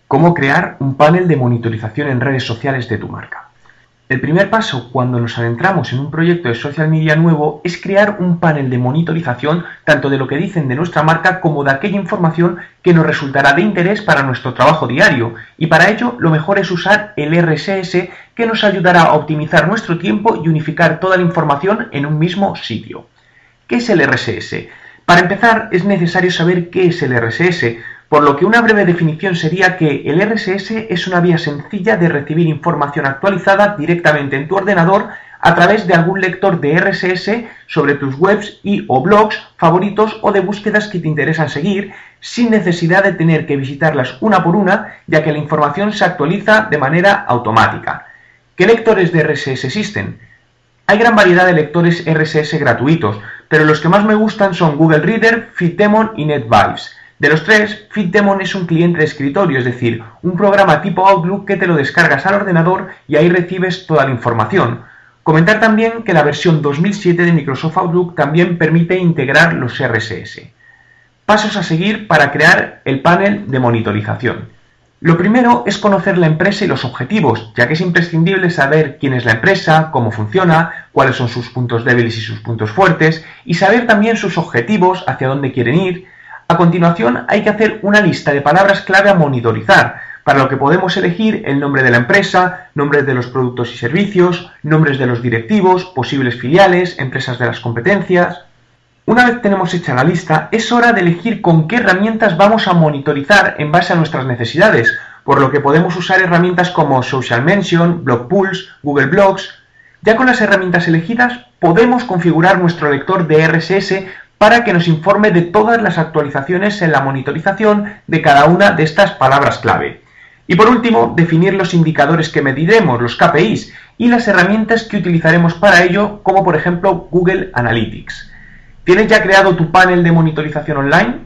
Cómo crear un panel de monitorización en redes sociales de tu marca. El primer paso cuando nos adentramos en un proyecto de social media nuevo es crear un panel de monitorización tanto de lo que dicen de nuestra marca como de aquella información que nos resultará de interés para nuestro trabajo diario, y para ello lo mejor es usar el RSS, que nos ayudará a optimizar nuestro tiempo y unificar toda la información en un mismo sitio. ¿Qué es el RSS? Para empezar es necesario saber qué es el RSS, por lo que una breve definición sería que el RSS es una vía sencilla de recibir información actualizada directamente en tu ordenador a través de algún lector de RSS sobre tus webs y o blogs favoritos o de búsquedas que te interesan seguir, sin necesidad de tener que visitarlas una por una, ya que la información se actualiza de manera automática. ¿Qué lectores de RSS existen? Hay gran variedad de lectores RSS gratuitos, pero los que más me gustan son Google Reader, FitDemon y NetVibes. De los tres, FitDemon es un cliente de escritorio, es decir, un programa tipo Outlook que te lo descargas al ordenador y ahí recibes toda la información. Comentar también que la versión 2007 de Microsoft Outlook también permite integrar los RSS. Pasos a seguir para crear el panel de monitorización. Lo primero es conocer la empresa y los objetivos, ya que es imprescindible saber quién es la empresa, cómo funciona, cuáles son sus puntos débiles y sus puntos fuertes, y saber también sus objetivos, hacia dónde quieren ir. A continuación hay que hacer una lista de palabras clave a monitorizar, para lo que podemos elegir el nombre de la empresa, nombres de los productos y servicios, nombres de los directivos, posibles filiales, empresas de las competencias. Una vez tenemos hecha la lista, es hora de elegir con qué herramientas vamos a monitorizar en base a nuestras necesidades, por lo que podemos usar herramientas como Social Mention, Blogpulse, Google Blogs. Ya con las herramientas elegidas, podemos configurar nuestro lector de RSS para que nos informe de todas las actualizaciones en la monitorización de cada una de estas palabras clave. Y por último, definir los indicadores que mediremos, los KPIs, y las herramientas que utilizaremos para ello, como por ejemplo Google Analytics. ¿Tienes ya creado tu panel de monitorización online?